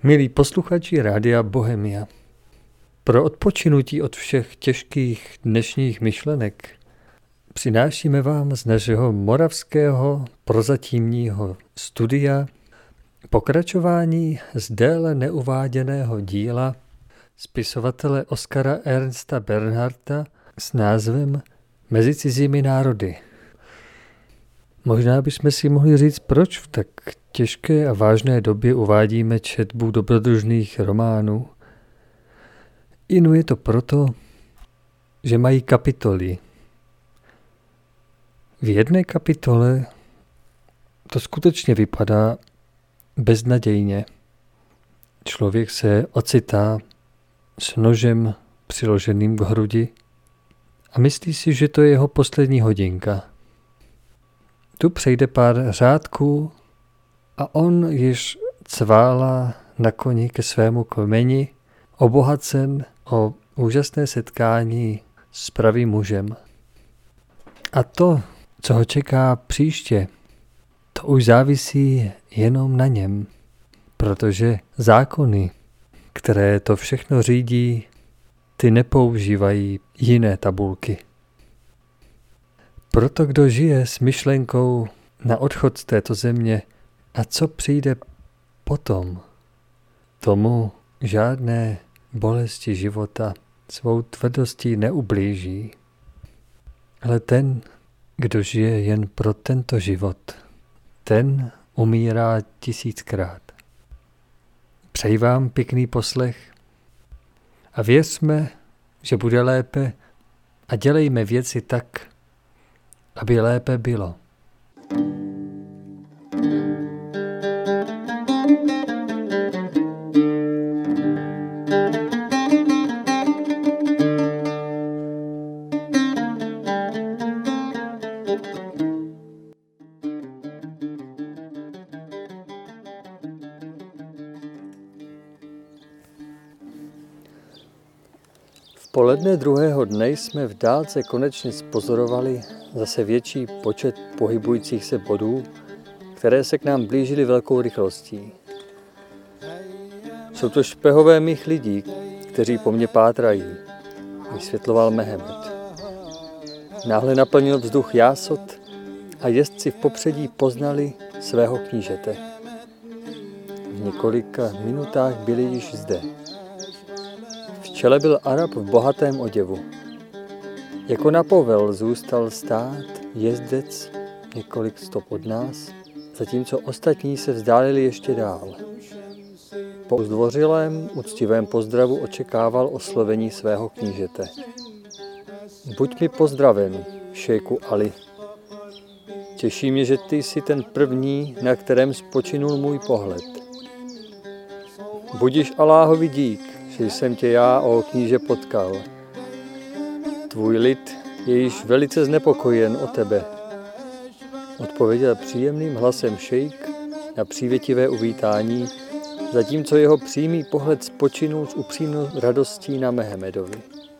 Milí posluchači Rádia Bohemia, pro odpočinutí od všech těžkých dnešních myšlenek přinášíme vám z našeho moravského prozatímního studia pokračování z déle neuváděného díla spisovatele Oskara Ernsta Bernhardta s názvem Mezi cizími národy. Možná bychom si mohli říct, proč v tak těžké a vážné době uvádíme četbu dobrodružných románů. Je to proto, že mají kapitoly. V jedné kapitole to skutečně vypadá beznadějně. Člověk se ocitá s nožem přiloženým k hrudi a myslí si, že to je jeho poslední hodinka. Tu přejde pár řádků a on již cválá na koni ke svému kmeni, obohacen o úžasné setkání s pravým mužem. A to, co ho čeká příště, to už závisí jenom na něm, protože zákony, které to všechno řídí, ty nepoužívají jiné tabulky. Proto kdo žije s myšlenkou na odchod z této země a co přijde potom, tomu žádné bolesti života svou tvrdostí neublíží. Ale ten, kdo žije jen pro tento život, ten umírá 1000krát. Přeji vám pěkný poslech a věřme, že bude lépe a dělejme věci tak, aby lépe bylo. V poledne druhého dne jsme v dálce konečně spozorovali zase větší počet pohybujících se bodů, které se k nám blížily velkou rychlostí. Jsou to špehové mých lidí, kteří po mně pátrají, vysvětloval Mehemet. Náhle naplnil vzduch jásot a jezdci v popředí poznali svého knížete. V několika minutách byli již zde. V čele byl Arab v bohatém oděvu. Jako na povel zůstal stát jezdec několik stop od nás, zatímco ostatní se vzdálili ještě dál. Po zdvořilém, úctivém pozdravu očekával oslovení svého knížete. Buď mi pozdraven, šejku Ali. Těší mě, že ty jsi ten první, na kterém spočinul můj pohled. Budiš Aláhovi dík, že jsem tě já, o kníže, potkal. Tvůj lid je již velice znepokojen o tebe, odpověděl příjemným hlasem šejk na přívětivé uvítání, zatímco jeho přímý pohled spočinul s upřímnou radostí na Mehemedovi.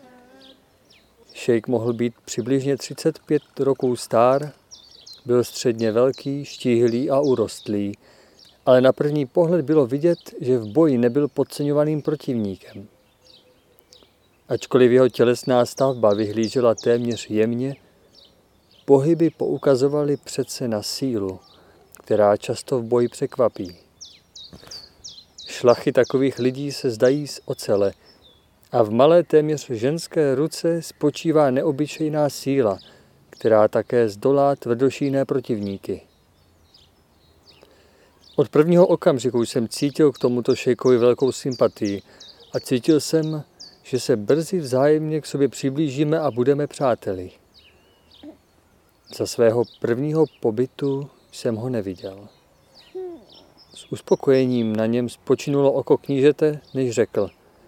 Šejk mohl být přibližně 35 roků star, byl středně velký, štíhlý a urostlý, ale na první pohled bylo vidět, že v boji nebyl podceňovaným protivníkem. Ačkoliv jeho tělesná stavba vyhlížela téměř jemně, pohyby poukazovaly přece na sílu, která často v boji překvapí. Šlachy takových lidí se zdají z ocele a v malé téměř ženské ruce spočívá neobyčejná síla, která také zdolá tvrdošíjné protivníky. Od prvního okamžiku jsem cítil k tomuto šejkovi velkou sympatii a cítil jsem, že se brzy vzájemně k sobě přiblížíme a budeme přáteli. Za svého prvního pobytu jsem ho neviděl. S uspokojením na něm spočinulo oko knížete, než řekl: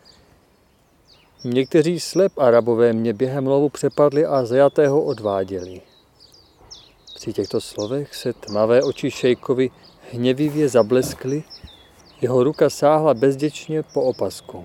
Někteří slep Arabové mě během lovu přepadli a zajatého odváděli. Při těchto slovech se tmavé oči šejkovi hněvivě zableskly, jeho ruka sáhla bezděčně po opasku.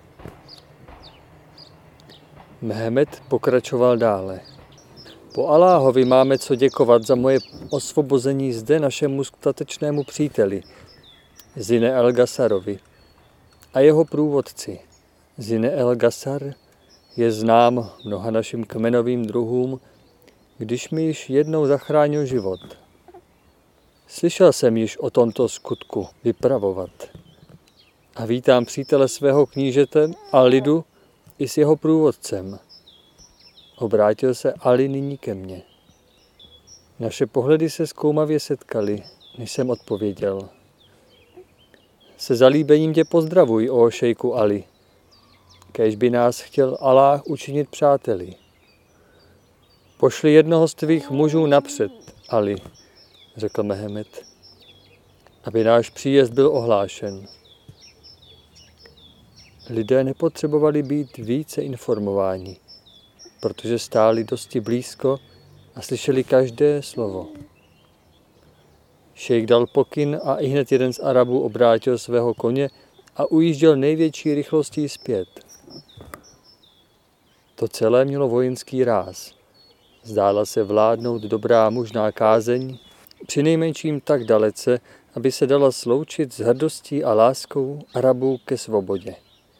Mehemet pokračoval dále. Po Aláhovi máme co děkovat za moje osvobození zde našemu statečnému příteli, Zine el-Gasarovi, a jeho průvodci. Zine el Gasar je znám mnoha našim kmenovým druhům, když mi již jednou zachránil život. Slyšel jsem již o tomto skutku vypravovat. A vítám přítele svého knížete Alidu i s jeho průvodcem. Obrátil se Ali nyní ke mně. Naše pohledy se zkoumavě setkaly, než jsem odpověděl. Se zalíbením tě pozdravuj, o šejku Ali. Kéž by nás chtěl Aláh učinit přáteli. Pošli jednoho z tvých mužů napřed, Ali, řekl Mehemet, aby náš příjezd byl ohlášen. Lidé nepotřebovali být více informováni, protože stáli dosti blízko a slyšeli každé slovo. Šejk dal pokyn a ihned jeden z Arabů obrátil svého koně a ujížděl největší rychlostí zpět. To celé mělo vojenský ráz. Zdála se vládnout dobrá mužná kázeň, přinejmenším tak dalece, aby se dala sloučit s hrdostí a láskou Arabů ke svobodě.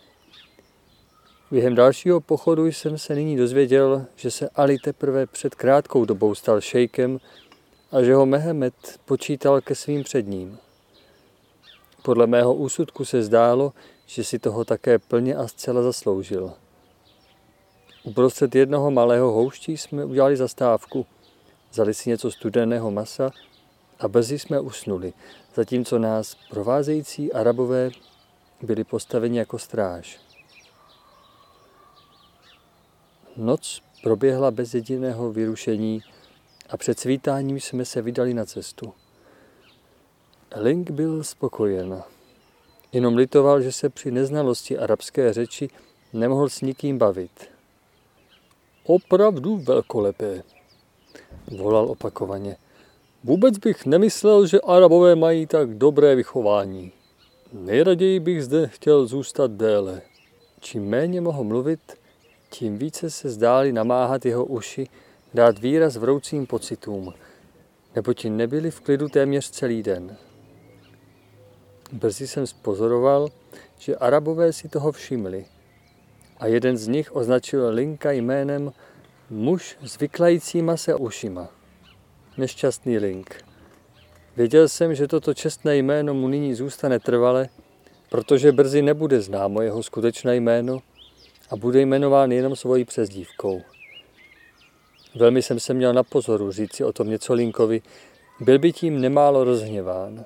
Během dalšího pochodu jsem se nyní dozvěděl, že se Ali teprve před krátkou dobou stal šejkem a že ho Mehemet počítal ke svým předním. Podle mého úsudku se zdálo, že si toho také plně a zcela zasloužil. Uprostřed jednoho malého houští jsme udělali zastávku, vzali si něco studeného masa a brzy jsme usnuli, zatímco nás provázející Arabové byli postaveni jako stráž. Noc proběhla bez jediného vyrušení a před svítáním jsme se vydali na cestu. Link byl spokojen. Jenom litoval, že se při neznalosti arabské řeči nemohl s nikým bavit. Opravdu velkolepé, volal opakovaně. Vůbec bych nemyslel, že Arabové mají tak dobré vychování. Nejraději bych zde chtěl zůstat déle. Čím méně mohl mluvit, tím více se zdály namáhat jeho uši, dát výraz vroucím pocitům, neboť nebyli v klidu téměř celý den. Brzy jsem spozoroval, že Arabové si toho všimli a jeden z nich označil Linka jménem muž s vyklajícíma se ušima. Nešťastný Link. Věděl jsem, že toto čestné jméno mu nyní zůstane trvale, protože brzy nebude známo jeho skutečné jméno a bude jmenován jenom svojí přezdívkou. Velmi jsem se měl na pozoru říci o tom něco Linkovi, byl by tím nemálo rozhněván.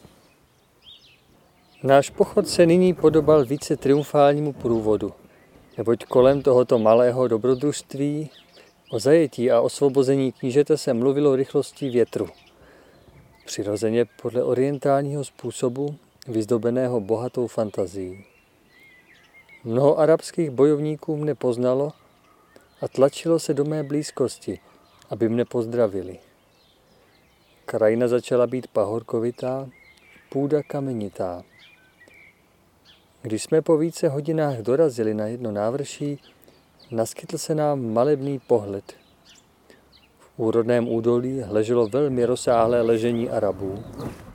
Náš pochod se nyní podobal více triumfálnímu průvodu, neboť kolem tohoto malého dobrodružství o zajetí a osvobození knížete se mluvilo rychlostí větru. Přirozeně podle orientálního způsobu, vyzdobeného bohatou fantazií. Mnoho arabských bojovníků mne poznalo a tlačilo se do mé blízkosti, aby mne pozdravili. Krajina začala být pahorkovitá, půda kamenitá. Když jsme po více hodinách dorazili na jedno návrší, naskytl se nám malebný pohled. V úrodném údolí leželo velmi rozsáhlé ležení Arabů.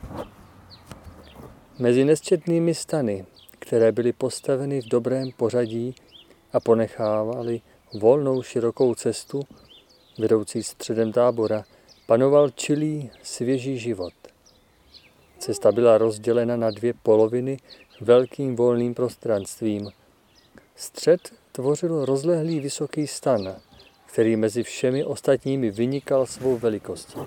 Mezi nesčetnými stany, které byly postaveny v dobrém pořadí a ponechávaly volnou širokou cestu, vedoucí středem tábora, panoval čilý, svěží život. Cesta byla rozdělena na dvě poloviny velkým volným prostranstvím. Střed tvořil rozlehlý vysoký stan, který mezi všemi ostatními vynikal svou velikostí.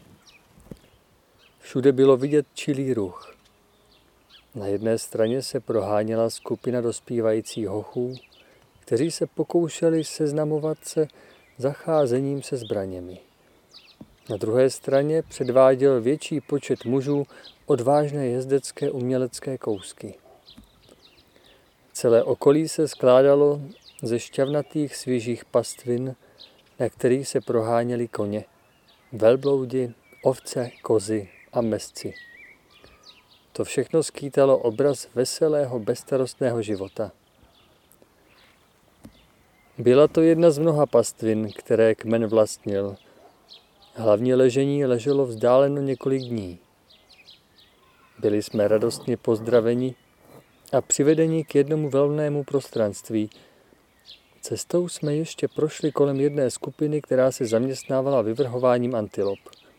Všude bylo vidět čilý ruch. Na jedné straně se proháněla skupina dospívajících hochů, kteří se pokoušeli seznamovat se zacházením se zbraněmi. Na druhé straně předváděl větší počet mužů odvážné jezdecké umělecké kousky. Celé okolí se skládalo ze šťavnatých svěžích pastvin, na kterých se proháněli koně, velbloudi, ovce, kozy a mezci. To všechno skýtalo obraz veselého, bezstarostného života. Byla to jedna z mnoha pastvin, které kmen vlastnil. Hlavní ležení leželo vzdáleno několik dní. Byli jsme radostně pozdraveni a přivedeni k jednomu volnému prostranství. Cestou jsme ještě prošli kolem jedné skupiny, která se zaměstnávala vyvrhováním antilop.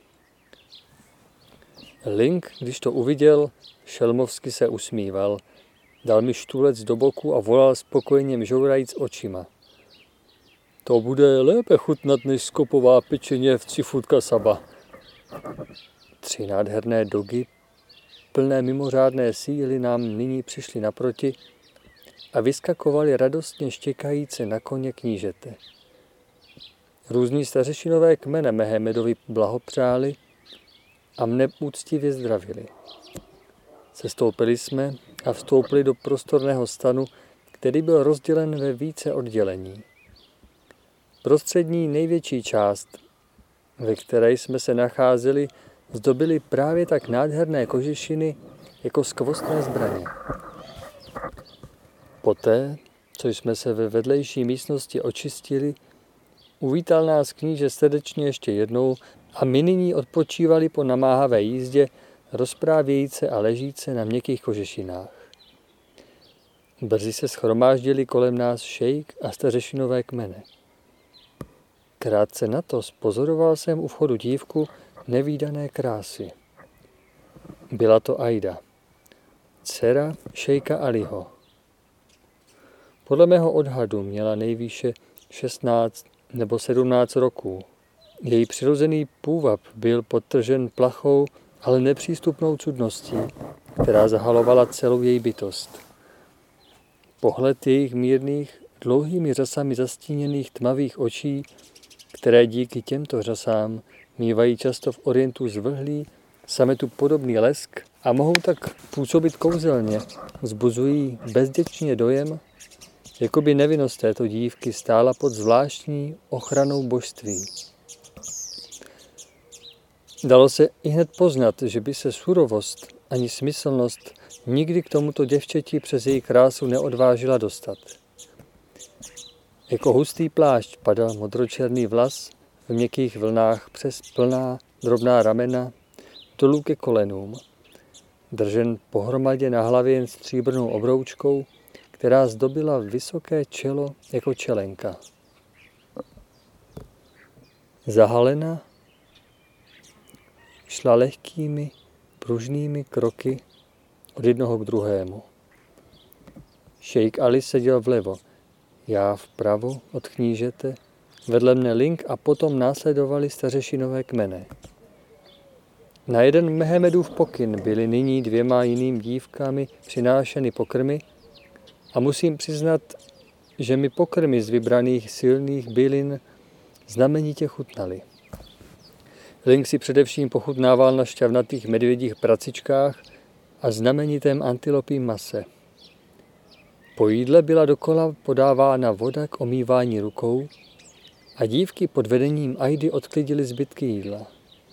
Link, když to uviděl, šelmovsky se usmíval. Dal mi štůlec do boku a volal spokojeně žourajíc očima. To bude lépe chutnat než skopová pečeně v Cifutka Saba. 3 nádherné dogy, plné mimořádné síly, nám nyní přišli naproti a vyskakovali radostně štěkajíce na koně knížete. Různí stařešinové kmene Mehemedovi blahopřáli a mne úctivě zdravili. Sestoupili jsme a vstoupili do prostorného stanu, který byl rozdělen ve více oddělení. Prostřední největší část, ve které jsme se nacházeli, zdobily právě tak nádherné kožešiny jako skvostné zbraně. Poté, co jsme se ve vedlejší místnosti očistili, uvítal nás kníže srdečně ještě jednou a my nyní odpočívali po namáhavé jízdě, rozprávějíce a ležíce na měkkých kožešinách. Brzy se shromáždili kolem nás šejk a stařešinové kmene. Krátce na to spozoroval jsem u vchodu dívku nevídané krásy. Byla to Aida, dcera šejka Aliho. Podle mého odhadu měla nejvýše 16 nebo 17 roků. Její přirozený půvab byl podtržen plachou, ale nepřístupnou cudností, která zahalovala celou její bytost. Pohled jejich mírných, dlouhými řasami zastíněných tmavých očí, které díky těmto řasám mívají často v orientu zvlhlý, sametu podobný lesk a mohou tak působit kouzelně, vzbuzují bezděčně dojem, jako by nevinnost této dívky stála pod zvláštní ochranou božství. Dalo se ihned poznat, že by se surovost ani smyslnost nikdy k tomuto děvčeti přes její krásu neodvážila dostat. Jako hustý plášť padal modročerný vlas v měkkých vlnách přes plná, drobná ramena dolů ke kolenům, držen pohromadě na hlavě jen stříbrnou obroučkou, která zdobila vysoké čelo jako čelenka. Zahalena šla lehkými, pružnými kroky od jednoho k druhému. Šejk Ali seděl vlevo, já vpravo od knížete, vedle mne Link a potom následovali stařešinové kmene. Na jeden Mehemedův pokyn byly nyní 2 jiným dívkami přinášeny pokrmy a musím přiznat, že mi pokrmy z vybraných silných bylin znamenitě chutnaly. Link si především pochutnával na šťavnatých medvědích pracičkách a znamenitém antilopím mase. Po jídle byla dokola podávána voda k omývání rukou a dívky pod vedením Aidy odklidily zbytky jídla.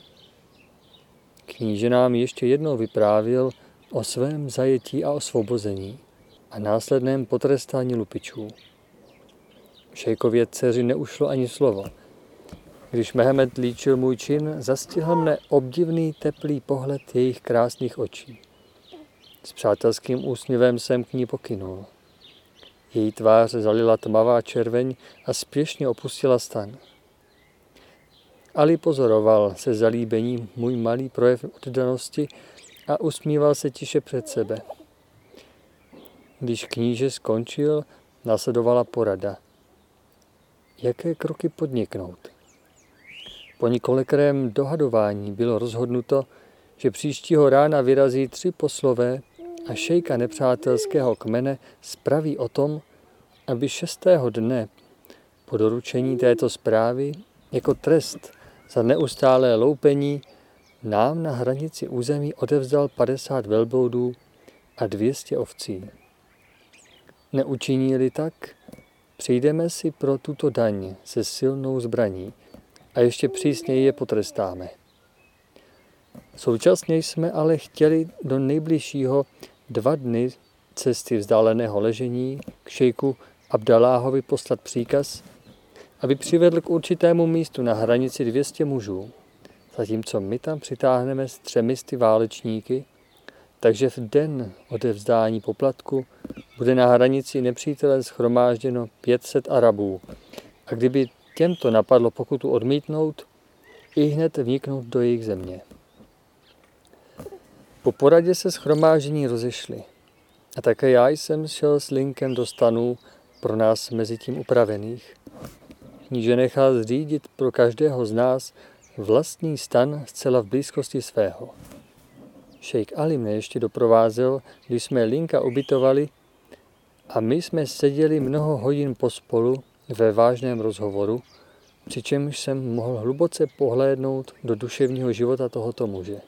Kníže nám ještě jednou vyprávěl o svém zajetí a osvobození a následném potrestání lupičů. Šejkově dceři neušlo ani slovo. Když Mehemed líčil můj čin, zastihl mne obdivný teplý pohled jejich krásných očí. S přátelským úsměvem jsem k ní pokynul. Její tvář zalila tmavá červeň a spěšně opustila stan. Ali pozoroval se zalíbením můj malý projev oddanosti a usmíval se tiše před sebe. Když kníže skončil, následovala porada. Jaké kroky podniknout? Po několikrém dohadování bylo rozhodnuto, že příštího rána vyrazí 3 poslové a šejka nepřátelského kmene spraví o tom, aby 6. dne po doručení této zprávy jako trest za neustálé loupení nám na hranici území odevzdal 50 velbloudů a 200 ovcí. Neučiní-li tak, přijdeme si pro tuto daň se silnou zbraní a ještě přísněji je potrestáme. Současně jsme ale chtěli do nejbližšího 2 dny cesty vzdáleného ležení k šejku Abdaláhovi poslat příkaz, aby přivedl k určitému místu na hranici 200 mužů, zatímco my tam přitáhneme s 300 válečníky takže v den odevzdání poplatku bude na hranici nepřítele shromážděno 500 Arabů. A kdyby těmto napadlo pokutu odmítnout, ihned vniknout do jejich země. Po poradě se shromáždění rozešli. A také já jsem šel s Linkem do stanů pro nás mezi tím upravených. Kníže nechal zřídit pro každého z nás vlastní stan zcela v blízkosti svého. Šejk Ali mne ještě doprovázel, když jsme Linka ubytovali a my jsme seděli mnoho hodin pospolu ve vážném rozhovoru, přičemž jsem mohl hluboce pohlédnout do duševního života tohoto muže.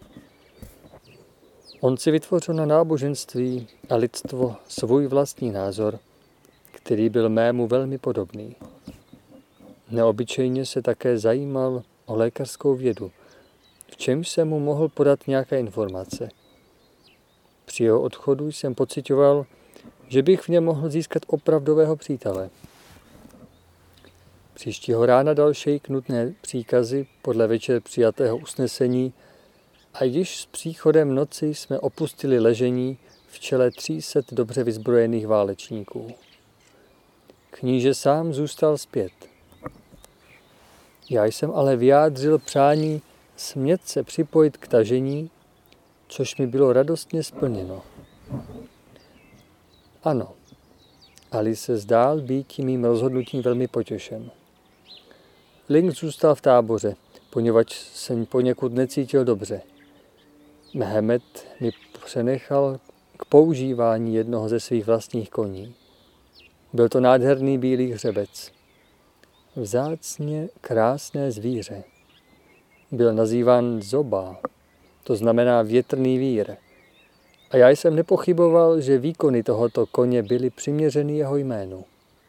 On si vytvořil na náboženství a lidstvo svůj vlastní názor, který byl mému velmi podobný. Neobyčejně se také zajímal o lékařskou vědu, v čemž jsem mu mohl podat nějaké informace. Při jeho odchodu jsem pociťoval, že bych v něm mohl získat opravdového přítele. Příštího rána dal šejk nutné příkazy podle večer přijatého usnesení a již s příchodem noci jsme opustili ležení v čele 300 dobře vyzbrojených válečníků. Kníže sám zůstal zpět. Já jsem ale vyjádřil přání smět se připojit k tažení, což mi bylo radostně splněno. Ano, Ali se zdál být mým rozhodnutím velmi potěšen. Link zůstal v táboře, poněvadž jsem poněkud necítil dobře. Mehemet mi přenechal k používání jednoho ze svých vlastních koní. Byl to nádherný bílý hřebec. Vzácně krásné zvíře. Byl nazýván Zoba, to znamená větrný vír. A já jsem nepochyboval, že výkony tohoto koně byly přiměřeny jeho jménu.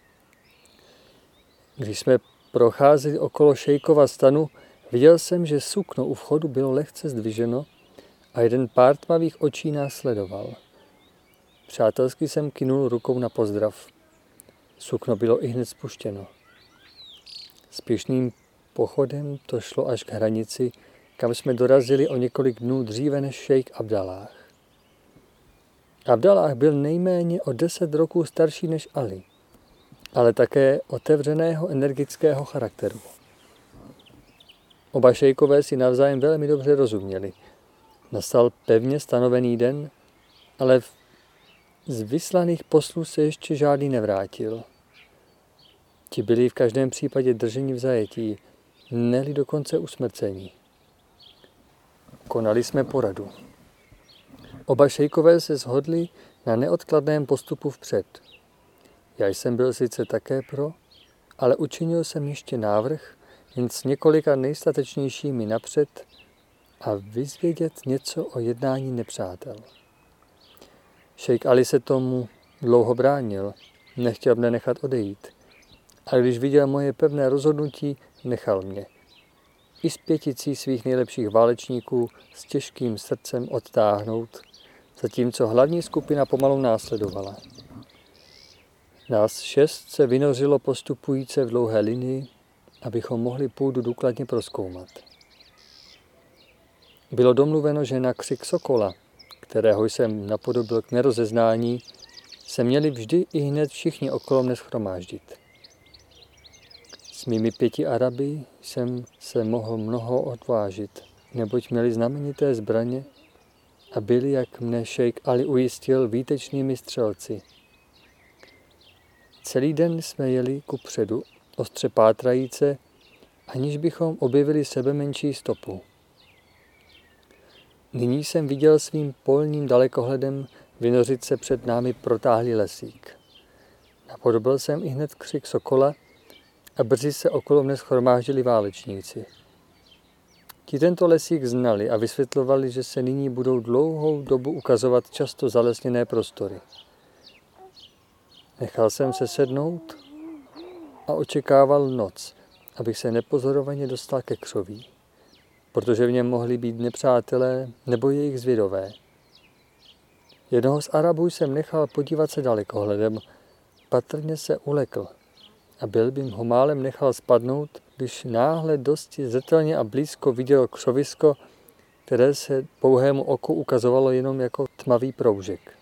Když jsme procházeli okolo šejkova stanu, viděl jsem, že sukno u vchodu bylo lehce zdviženo a jeden pár tmavých očí nás sledoval. Přátelsky jsem kynul rukou na pozdrav. Sukno bylo ihned spuštěno. Spěšným pochodem to šlo až k hranici, kam jsme dorazili o několik dnů dříve než šejk Abdalláh. Abdalláh byl nejméně o 10 roků starší než Ali, ale také otevřeného energického charakteru. Oba šejkové si navzájem velmi dobře rozuměli. Nastal pevně stanovený den, ale z vyslaných poslů se ještě žádný nevrátil. Ti byli v každém případě drženi v zajetí, ne-li dokonce usmrcení. Konali jsme poradu. Oba šejkové se shodli na neodkladném postupu vpřed. Já jsem byl sice také pro, ale učinil jsem ještě návrh, jen s několika nejstatečnějšími napřed a vyzvědět něco o jednání nepřátel. Šejk Ali se tomu dlouho bránil, nechtěl mne nechat odejít. A když viděl moje pevné rozhodnutí, nechal mě. I s 5 svých nejlepších válečníků s těžkým srdcem odtáhnout, zatímco hlavní skupina pomalu následovala. Nás 6 se vynořilo postupujíce v dlouhé linii, abychom mohli půdu důkladně prozkoumat. Bylo domluveno, že na křik sokola, kterého jsem napodobil k nerozeznání, se měli vždy i hned všichni okolo mne shromáždit. S mými 5 Araby jsem se mohl mnoho odvážit, neboť měli znamenité zbraně a byli, jak mne šejk Ali ujistil, výtečnými střelci. Celý den jsme jeli kupředu, ostře pátrajíce, aniž bychom objevili sebemenší stopu. Nyní jsem viděl svým polním dalekohledem vynořit se před námi protáhlý lesík. Napodobil jsem ihned křik sokola a brzy se okolo mne shromáždili válečníci. Ti tento lesík znali a vysvětlovali, že se nyní budou dlouhou dobu ukazovat často zalesněné prostory. Nechal jsem se sednout a očekával noc, abych se nepozorovaně dostal ke křoví, protože v něm mohli být nepřátelé nebo jejich zvědové. Jednoho z Arabů jsem nechal podívat se dalekohledem, patrně se ulekl a byl bych ho málem nechal spadnout, když náhle dosti zřetelně a blízko viděl křovisko, které se pouhému oku ukazovalo jenom jako tmavý proužek.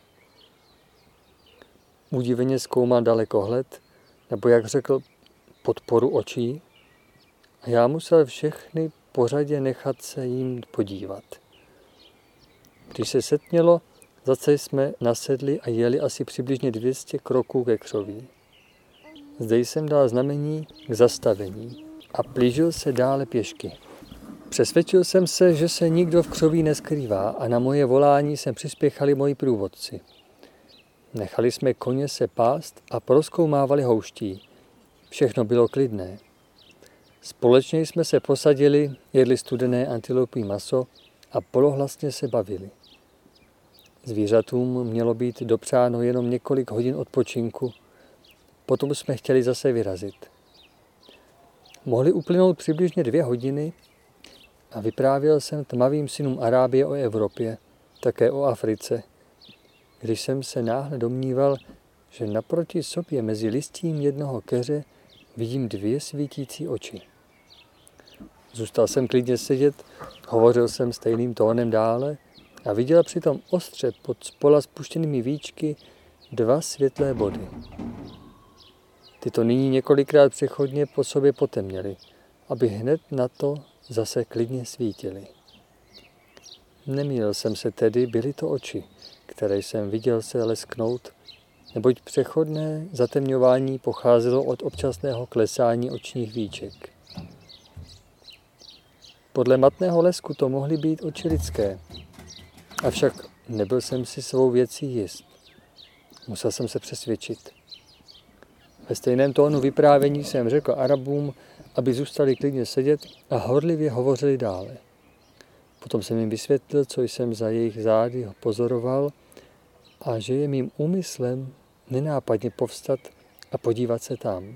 Udiveně zkoumal dalekohled, nebo jak řekl, podporu očí, a já musel všechny pořadě nechat se jim podívat. Když se setmělo, zase jsme nasedli a jeli asi přibližně 200 kroků ke křoví. Zde jsem dal znamení k zastavení a plížil se dále pěšky. Přesvědčil jsem se, že se nikdo v křoví neskrývá a na moje volání sem přispěchali moji průvodci. Nechali jsme koně se pást a prozkoumávali houští. Všechno bylo klidné. Společně jsme se posadili, jedli studené antilopí maso a polohlasně se bavili. Zvířatům mělo být dopřáno jenom několik hodin odpočinku, potom jsme chtěli zase vyrazit. Mohly uplynout přibližně 2 hodiny a vyprávěl jsem tmavým synům Arábie o Evropě, také o Africe, když jsem se náhle domníval, že naproti sobě mezi listím jednoho keře vidím 2 svítící oči. Zůstal jsem klidně sedět, hovořil jsem stejným tónem dále a viděl přitom ostře pod spola spuštěnými víčky 2 světlé body. Tyto nyní několikrát přechodně po sobě potemněly, aby hned na to zase klidně svítily. Nemýlil jsem se tedy, byly to oči, které jsem viděl se lesknout, neboť přechodné zatemňování pocházelo od občasného klesání očních víček. Podle matného lesku to mohly být oči lidské, avšak nebyl jsem si svou věcí jist. Musel jsem se přesvědčit. Ve stejném tónu vyprávění jsem řekl Arabům, aby zůstali klidně sedět a horlivě hovořili dále. Potom jsem jim vysvětlil, co jsem za jejich zády pozoroval a že je mým úmyslem nenápadně povstat a podívat se tam.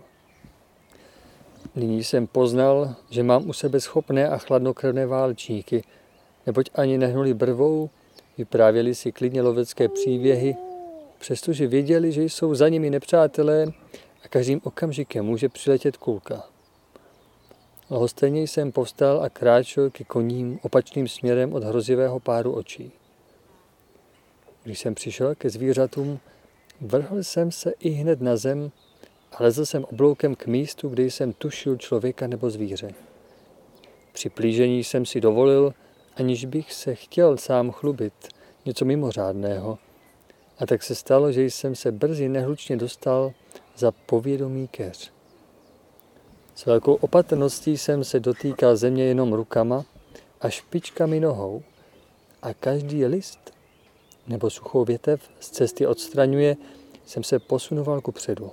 Nyní jsem poznal, že mám u sebe schopné a chladnokrevné válečníky, neboť ani nehnuli brvou, vyprávěli si klidně lovecké příběhy, přestože věděli, že jsou za nimi nepřátelé a každým okamžikem může přiletět kulka. Lhostejně jsem povstal a kráčel ke koním opačným směrem od hrozivého páru očí. Když jsem přišel ke zvířatům, vrhl jsem se i hned na zem a lezl jsem obloukem k místu, kde jsem tušil člověka nebo zvíře. Při plížení jsem si dovolil, aniž bych se chtěl sám chlubit, něco mimořádného. A tak se stalo, že jsem se brzy nehlučně dostal za povědomý keř. S velkou opatrností jsem se dotýkal země jenom rukama a špičkami nohou a každý list nebo suchou větev z cesty odstraňuje, jsem se posunoval kupředu.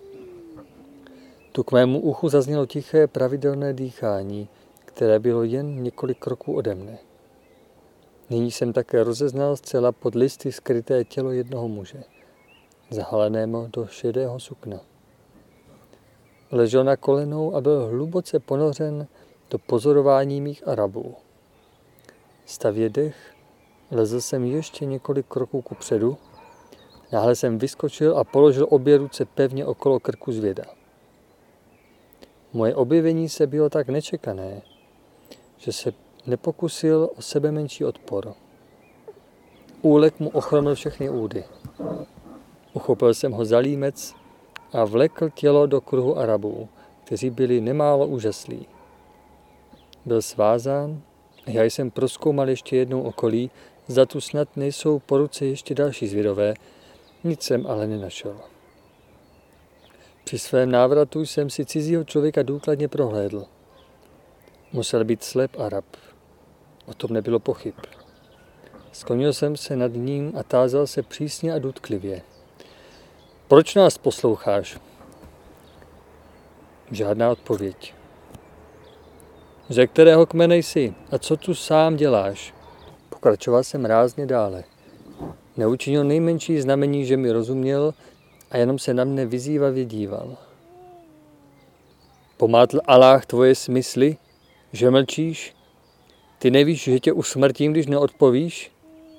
Tu k mému uchu zaznělo tiché pravidelné dýchání, které bylo jen několik kroků ode mne. Nyní jsem také rozeznal zcela pod listy skryté tělo jednoho muže, zahaleného do šedého sukna. Ležel na kolenou a byl hluboce ponořen do pozorování mých Arabů. Stavě dech, lezl jsem ještě několik kroků kupředu, náhle jsem vyskočil a položil obě ruce pevně okolo krku zvěda. Moje objevení se bylo tak nečekané, že se nepokusil o sebe menší odpor. Úlek mu ochromil všechny údy. Uchopil jsem ho za límec a vlekl tělo do kruhu Arabů, kteří byli nemálo úžaslí. Byl svázán a já jsem prozkoumal ještě jednou okolí, zda tu snad nejsou po ruce ještě další zvědové, nic jsem ale nenašel. Při svém návratu jsem si cizího člověka důkladně prohlédl. Musel být slep Arab. O tom nebylo pochyb. Sklonil jsem se nad ním a tázal se přísně a důtklivě. Proč nás posloucháš? Žádná odpověď. Ze kterého kmene jsi a co tu sám děláš? Pokračoval jsem rázně dále. Neučinil nejmenší znamení, že mi rozuměl a jenom se na mne vyzývavě díval. Pomátl Aláh tvoje smysly, že mlčíš? Ty nevíš, že tě usmrtím, když neodpovíš?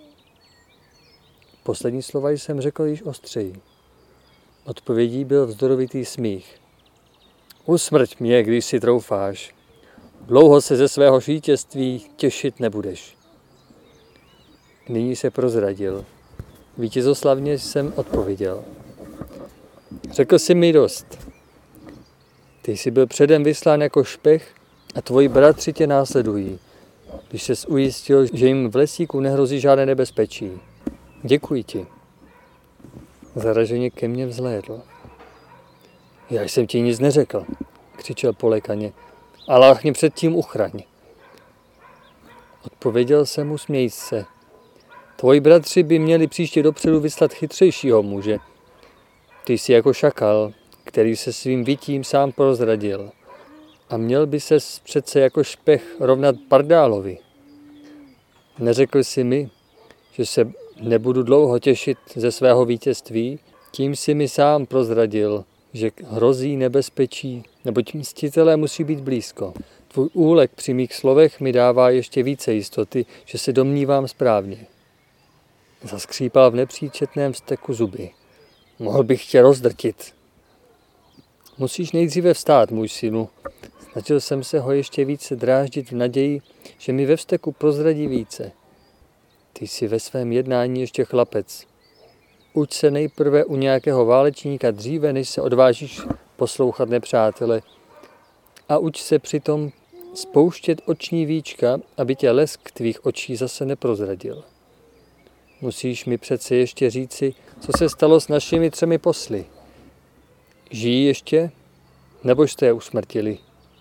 Poslední slova jsem řekl již ostřeji. Odpovědí byl vzdorovitý smích. Usmrť mě, když si troufáš. Dlouho se ze svého vítězství těšit nebudeš. Nyní se prozradil. Vítězoslavně jsem odpověděl. Řekl jsi mi dost. Ty jsi byl předem vyslán jako špech a tvoji bratři tě následují, když ses ujistil, že jim v lesíku nehrozí žádné nebezpečí. Děkuji ti. Zaraženě ke mně vzhlédl. Já jsem ti nic neřekl, křičel polekaně. Allah mě předtím uchraň. Odpověděl jsem mu směj se. Tvoji bratři by měli příště dopředu vyslat chytřejšího muže. Ty jsi jako šakal, který se svým vytím sám prozradil. A měl by ses přece jako špech rovnat pardálovi. Neřekl jsi mi, že se nebudu dlouho těšit ze svého vítězství, tím si mi sám prozradil, že hrozí nebezpečí, neboť mstitelé musí být blízko. Tvůj úlek při mých slovech mi dává ještě více jistoty, že se domnívám správně. Zaskřípal v nepříčetném vzteku zuby. Mohl bych tě rozdrtit. Musíš nejdříve vstát, můj synu. Snažil jsem se ho ještě více dráždit v naději, že mi ve vzteku prozradí více. Ty jsi ve svém jednání ještě chlapec. Uč se nejprve u nějakého válečníka dříve, než se odvážíš poslouchat nepřátele. A uč se přitom spouštět oční víčka, aby tě lesk tvých očí zase neprozradil. Musíš mi přece ještě říci, co se stalo s našimi 3 posly. Žijí ještě? Nebo jste je usmrtili?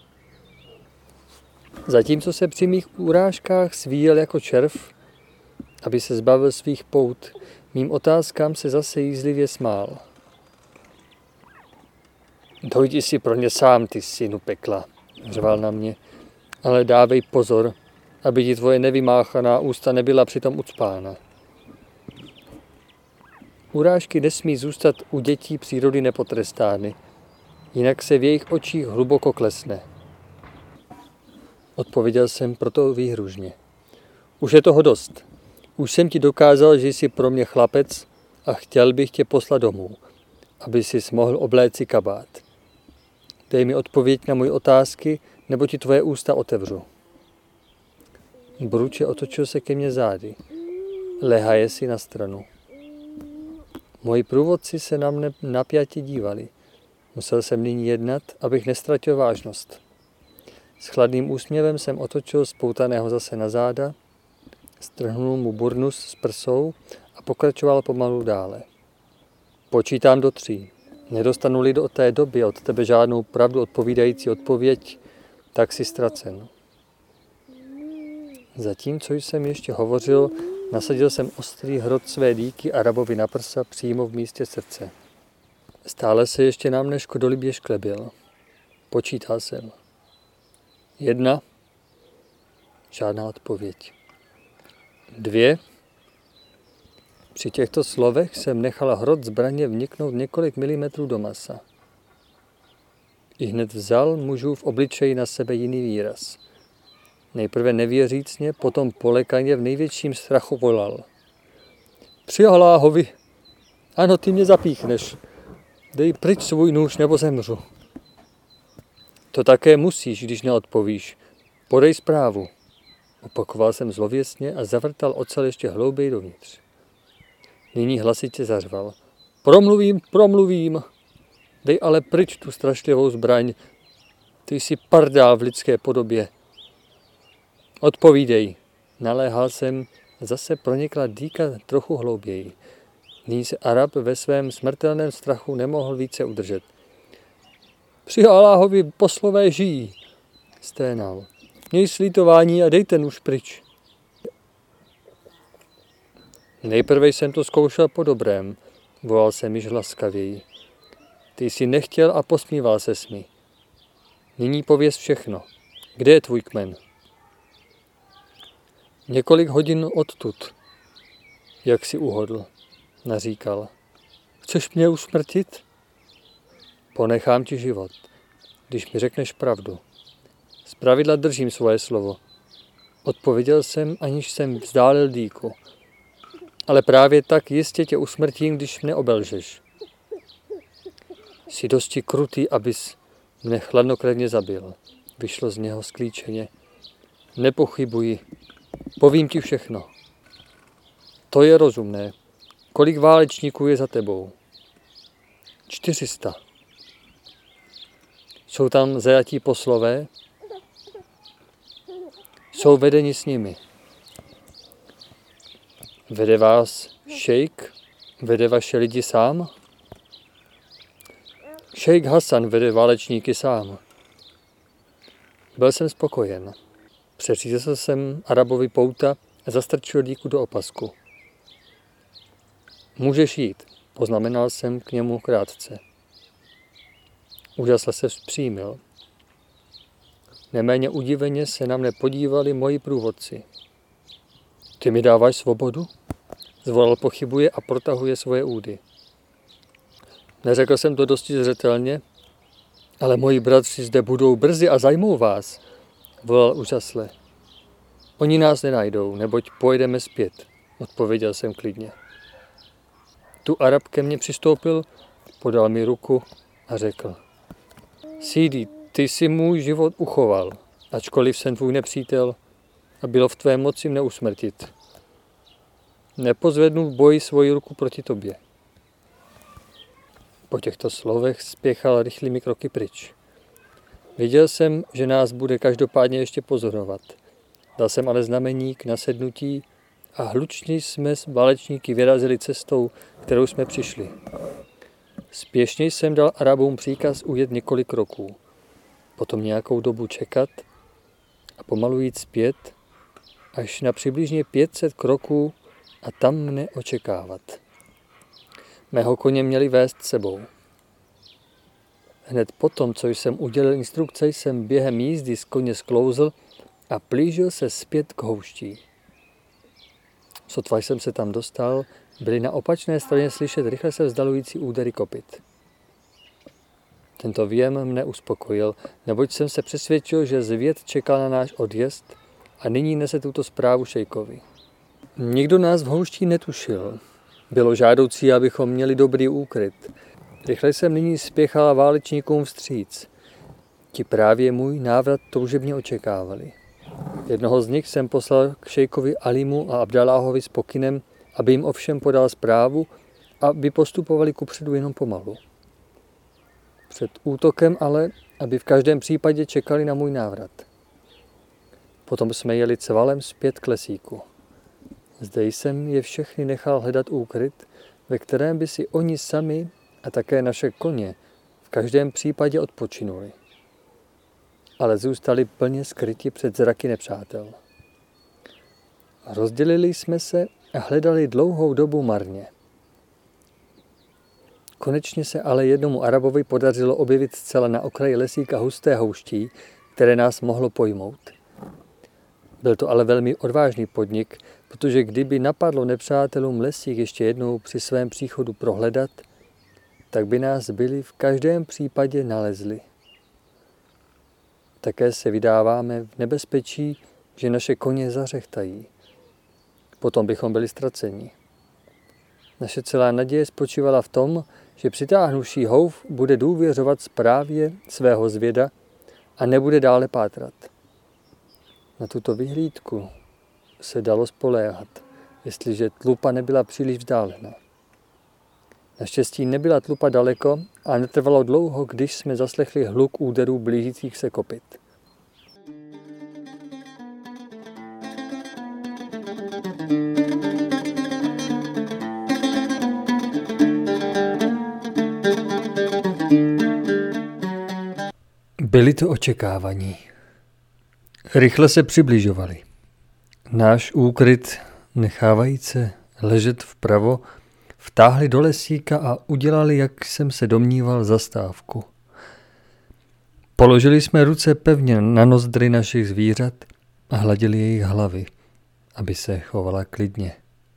Zatímco se při mých urážkách svíjel jako červ, aby se zbavil svých pout, mým otázkám se zase jízlivě smál. Dojdi si pro ně sám, ty synu pekla, řval na mě, ale dávej pozor, aby ti tvoje nevymáchaná ústa nebyla přitom ucpána. Urážky nesmí zůstat u dětí přírody nepotrestány, jinak se v jejich očích hluboko klesne. Odpověděl jsem proto výhružně. Už je toho dost. Už jsem ti dokázal, že jsi pro mě chlapec a chtěl bych tě poslat domů, aby jsi mohl obléci kabát. Dej mi odpověď na moje otázky, nebo ti tvoje ústa otevřu. Bruče otočil se ke mně zády. Lehaje si na stranu. Moji průvodci se na mne napjatě dívali. Musel jsem nyní jednat, abych nestratil vážnost. S chladným úsměvem jsem otočil spoutaného zase na záda, strhnul mu burnus s prsou a pokračoval pomalu dále. Počítám do 3. Nedostanu-li do té doby od tebe žádnou pravdu odpovídající odpověď, tak si ztracen. Zatímco jsem ještě hovořil, nasadil jsem ostrý hrot své dýky Arabovi na prsa přímo v místě srdce. Stále se ještě na mne škodolibě šklebil. Počítal jsem. 1. Žádná odpověď. 2. Při těchto slovech jsem nechala hrot zbraně vniknout několik milimetrů do masa. Ihned vzal mužův obličej na sebe jiný výraz. Nejprve nevěřícně, potom polekaně v největším strachu volal. Při Alláhovi! Ano, ty mě zapíchneš. Dej pryč svůj nůž, nebo zemřu. To také musíš, když neodpovíš. Podej zprávu. Opakoval jsem zlověsně a zavrtal ocel ještě hlouběji dovnitř. Nyní hlasitě zařval. Promluvím. Dej ale pryč tu strašlivou zbraň. Ty jsi pardál v lidské podobě. Odpovídej. Naléhal jsem, zase pronikla dýka trochu hlouběji. Nyní se Arab ve svém smrtelném strachu nemohl více udržet. Při Alláhovi poslové žijí, sténal. Měj slítování a dejte nůž pryč. Nejprve jsem to zkoušel po dobrém, volal jsem již laskavěji. Ty jsi nechtěl a posmíval ses mi. Nyní pověz všechno. Kde je tvůj kmen? Několik hodin odtud. Jak si uhodl, naříkal. Chceš mě usmrtit? Ponechám ti život, když mi řekneš pravdu. Zpravidla držím svoje slovo. Odpověděl jsem, aniž jsem vzdálil dýku. Ale právě tak jistě tě usmrtím, když mne obelžeš. Jsi dosti krutý, abys mne chladnokrevně zabil. Vyšlo z něho sklíčeně. Nepochybuji. Povím ti všechno. To je rozumné. kolik válečníků je za tebou? 400. Jsou tam zajatí poslové? Jsou vedeni s nimi. Vede vás šejk? Vede vaše lidi sám? Šejk Hasan vede válečníky sám. Byl jsem spokojen. Přeřízl jsem Arabovi pouta a zastrčil dýku do opasku. Můžeš jít, poznamenal jsem k němu krátce. Úžasle se vzpřímil. Neméně udiveně se na mne podívali moji průvodci. Ty mi dáváš svobodu? Zvolal pochybuje a protahuje svoje údy. Neřekl jsem to dosti zřetelně, ale moji bratři zde budou brzy a zajmou vás, volal úžasle. Oni nás nenajdou, neboť pojedeme zpět, odpověděl jsem klidně. Tu Arab ke mně přistoupil, podal mi ruku a řekl. Sídi, ty si můj život uchoval, ačkoliv jsem tvůj nepřítel a bylo v tvé moci mne usmrtit. Nepozvednu v boji svoji ruku proti tobě. Po těchto slovech spěchal rychlými kroky pryč. Viděl jsem, že nás bude každopádně ještě pozorovat. Dal jsem ale znamení k nasednutí a hlučně jsme s válečníky vyrazili cestou, kterou jsme přišli. Spěšně jsem dal Arabům příkaz ujet několik kroků, potom nějakou dobu čekat a pomalu jít zpět, až na přibližně 500 kroků a tam mne očekávat. Mého koně měli vést sebou. Hned potom, co jsem udělil instrukce, jsem během jízdy z koně sklouzl a plížil se zpět k houští. Sotva jsem se tam dostal, byly na opačné straně slyšet rychle se vzdalující údery kopyt. Tento věm mne uspokojil, neboť jsem se přesvědčil, že zvěd čekal na náš odjezd a nyní nese tuto zprávu šejkovi. Nikdo nás v houští netušil. Bylo žádoucí, abychom měli dobrý úkryt. Rychle jsem nyní spěchal válečníkům vstříc. Ti právě můj návrat toužebně očekávali. Jednoho z nich jsem poslal k šejkovi Alimu a Abdaláhovi s pokynem, aby jim ovšem podal zprávu, aby postupovali kupředu jenom pomalu. Před útokem ale, aby v každém případě čekali na můj návrat. Potom jsme jeli cvalem zpět k lesíku. Zde jsem je všechny nechal hledat úkryt, ve kterém by si oni sami a také naše koně v každém případě odpočinuli. Ale zůstali plně skryti před zraky nepřátel. Rozdělili jsme se a hledali dlouhou dobu marně. Konečně se ale jednomu Arabovi podařilo objevit zcela na okraji lesíka husté houští, které nás mohlo pojmout. Byl to ale velmi odvážný podnik, protože kdyby napadlo nepřátelům lesík ještě jednou při svém příchodu prohledat, tak by nás byli v každém případě nalezli. Také se vydáváme v nebezpečí, že naše koně zařechtají. Potom bychom byli ztraceni. Naše celá naděje spočívala v tom, že přitáhnuvší houf bude důvěřovat zprávě svého zvěda a nebude dále pátrat. Na tuto vyhlídku se dalo spoléhat, jestliže tlupa nebyla příliš vzdálena. Naštěstí nebyla tlupa daleko a netrvalo dlouho, když jsme zaslechli hluk úderů blížících se kopyt. Byli to očekávaní. Rychle se přibližovali. Náš úkryt, nechávajíce ležet vpravo, vtáhli do lesíka a udělali, jak jsem se domníval, zastávku. Položili jsme ruce pevně na nozdry našich zvířat a hladili jejich hlavy, aby se chovala klidně.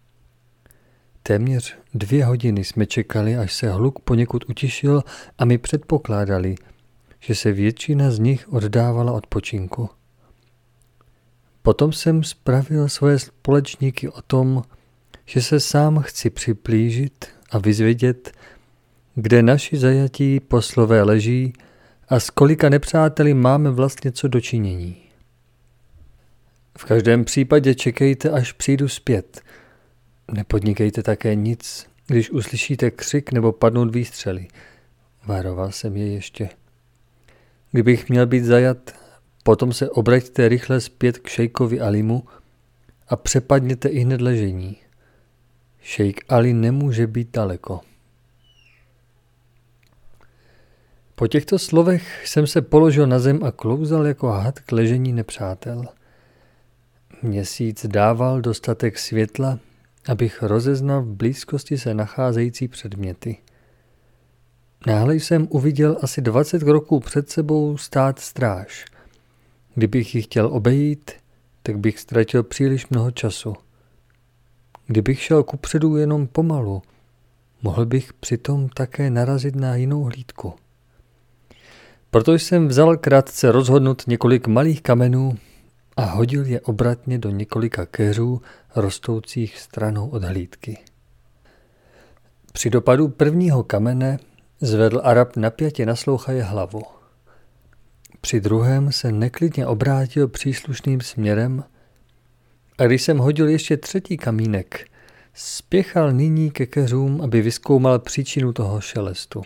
Téměř 2 hodiny jsme čekali, až se hluk poněkud utišil a my předpokládali, že se většina z nich oddávala odpočinku. Potom jsem spravil svoje společníky o tom, že se sám chci připlížit a vyzvědět, kde naši zajatí poslové leží a s kolika nepřáteli máme vlastně co dočinění. V každém případě čekejte, až přijdu zpět. Nepodnikejte také nic, když uslyšíte křik nebo padnout výstřely. Varoval jsem je ještě. Kdybych měl být zajat, potom se obraťte rychle zpět k šejkovi Alimu a přepadněte ihned ležení. Šejk Ali nemůže být daleko. Po těchto slovech jsem se položil na zem a klouzal jako had k ležení nepřátel. Měsíc dával dostatek světla, abych rozeznal v blízkosti se nacházející předměty. Náhle jsem uviděl asi 20 kroků před sebou stát stráž. Kdybych ji chtěl obejít, tak bych ztratil příliš mnoho času. Kdybych šel kupředu jenom pomalu, mohl bych přitom také narazit na jinou hlídku. Proto jsem vzal krátce rozhodnut několik malých kamenů a hodil je obratně do několika keřů rostoucích stranou od hlídky. Při dopadu prvního kamene zvedl Arab napjatě naslouchaje hlavu. Při druhém se neklidně obrátil příslušným směrem a když jsem hodil ještě třetí kamínek, spěchal nyní ke keřům, aby vyzkoumal příčinu toho šelestu.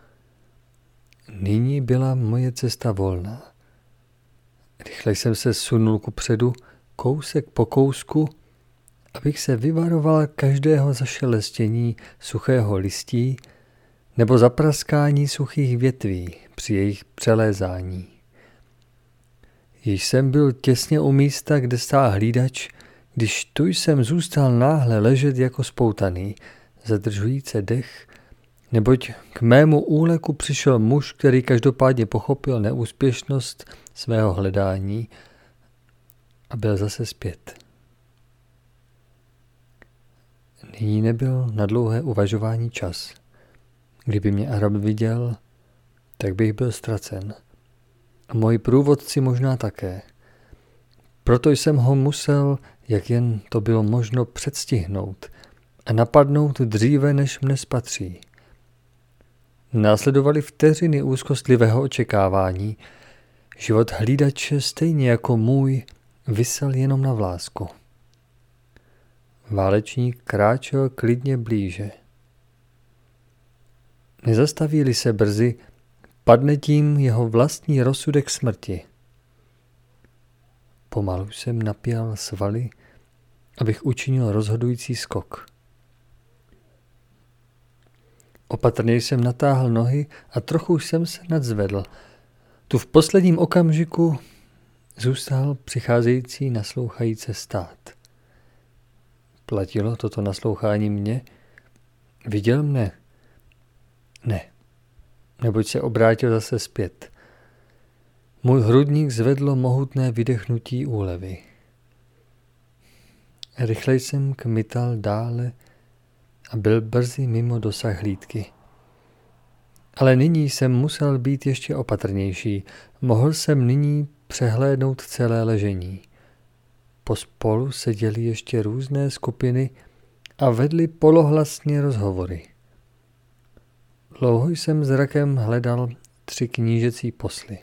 Nyní byla moje cesta volná. Rychle jsem se sunul kupředu, kousek po kousku, abych se vyvaroval každého zašelestění suchého listí nebo zapraskání suchých větví při jejich přelézání. Již jsem byl těsně u místa, kde stál hlídač, když tu jsem zůstal náhle ležet jako spoutaný, zadržujíce dech, neboť k mému úleku přišel muž, který každopádně pochopil neúspěšnost svého hledání a byl zase zpět. Nyní nebyl na dlouhé uvažování čas. Kdyby mě Arab viděl, tak bych byl ztracen. A moji průvodci možná také. Proto jsem ho musel, jak jen to bylo možno, předstihnout a napadnout dříve, než mne spatří. Následovaly vteřiny úzkostlivého očekávání. Život hlídače, stejně jako můj, visel jenom na vlásku. Válečník kráčel klidně blíže. Nezastaví-li se brzy, padne tím jeho vlastní rozsudek smrti. Pomalu jsem napěl svaly, abych učinil rozhodující skok. Opatrně jsem natáhl nohy a trochu jsem se nadzvedl. Tu v posledním okamžiku zůstal přicházející naslouchající stát. Platilo toto naslouchání mě? Viděl mne? Ne, neboť se obrátil zase zpět. Můj hrudník zvedlo mohutné vydechnutí úlevy. Rychle jsem kmital dále a byl brzy mimo dosah hlídky. Ale nyní jsem musel být ještě opatrnější. Mohl jsem nyní přehlédnout celé ležení. Pospolu seděly ještě různé skupiny a vedly polohlasně rozhovory. Dlouho jsem zrakem hledal 3 knížecí posly.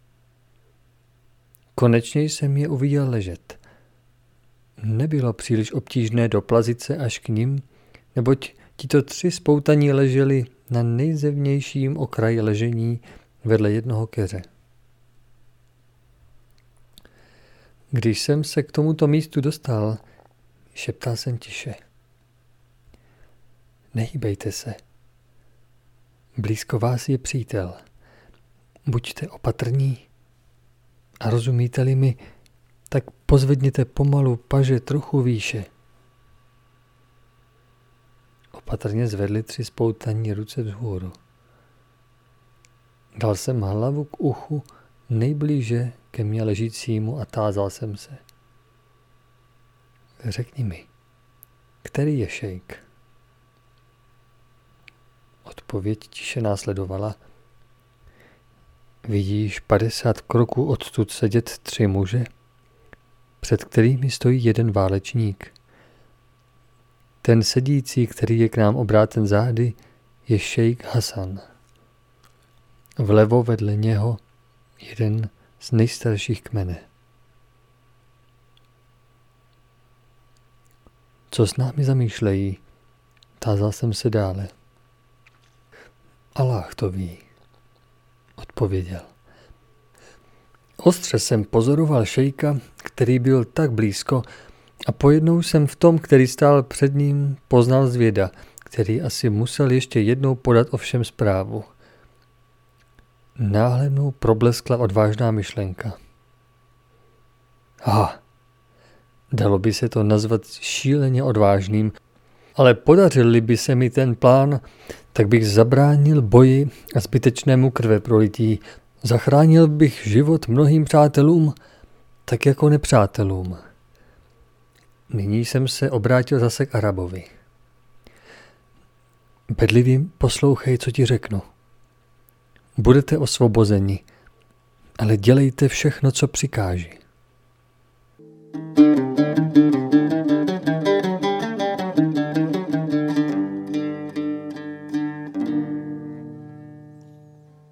Konečně jsem je uviděl ležet. Nebylo příliš obtížné doplazit se až k nim, neboť tito 3 spoutaní leželi na nejzevnějším okraji ležení vedle jednoho keře. Když jsem se k tomuto místu dostal, šeptal jsem tiše. Nehýbejte se. Blízko vás je přítel. Buďte opatrní a rozumíte-li mi, tak pozvedněte pomalu paže trochu výše. Opatrně zvedli 3 spoutaní ruce vzhůru. Dal jsem hlavu k uchu nejblíže ke mně ležícímu a tázal jsem se. Řekni mi, který je šejk? Odpověď tiše následovala. Vidíš 50 kroků odtud sedět 3 muže, před kterými stojí jeden válečník. Ten sedící, který je k nám obráten zády, je šejk Hasan. Vlevo vedle něho jeden z nejstarších kmene. Co s námi zamýšlejí? Tázal jsem se dále. Aláh to ví, odpověděl. Ostře jsem pozoroval šejka, který byl tak blízko, a pojednou jsem v tom, který stál před ním, poznal zvěda, který asi musel ještě jednou podat o všem zprávu. Náhle mnou probleskla odvážná myšlenka. Dalo by se to nazvat šíleně odvážným, ale podařil by se mi ten plán, tak bych zabránil boji a zbytečnému krveprolití. Zachránil bych život mnohým přátelům, tak jako nepřátelům. Nyní jsem se obrátil zase k Arabovi. Bedlivě poslouchej, co ti řeknu. Budete osvobozeni, ale dělejte všechno, co přikáži.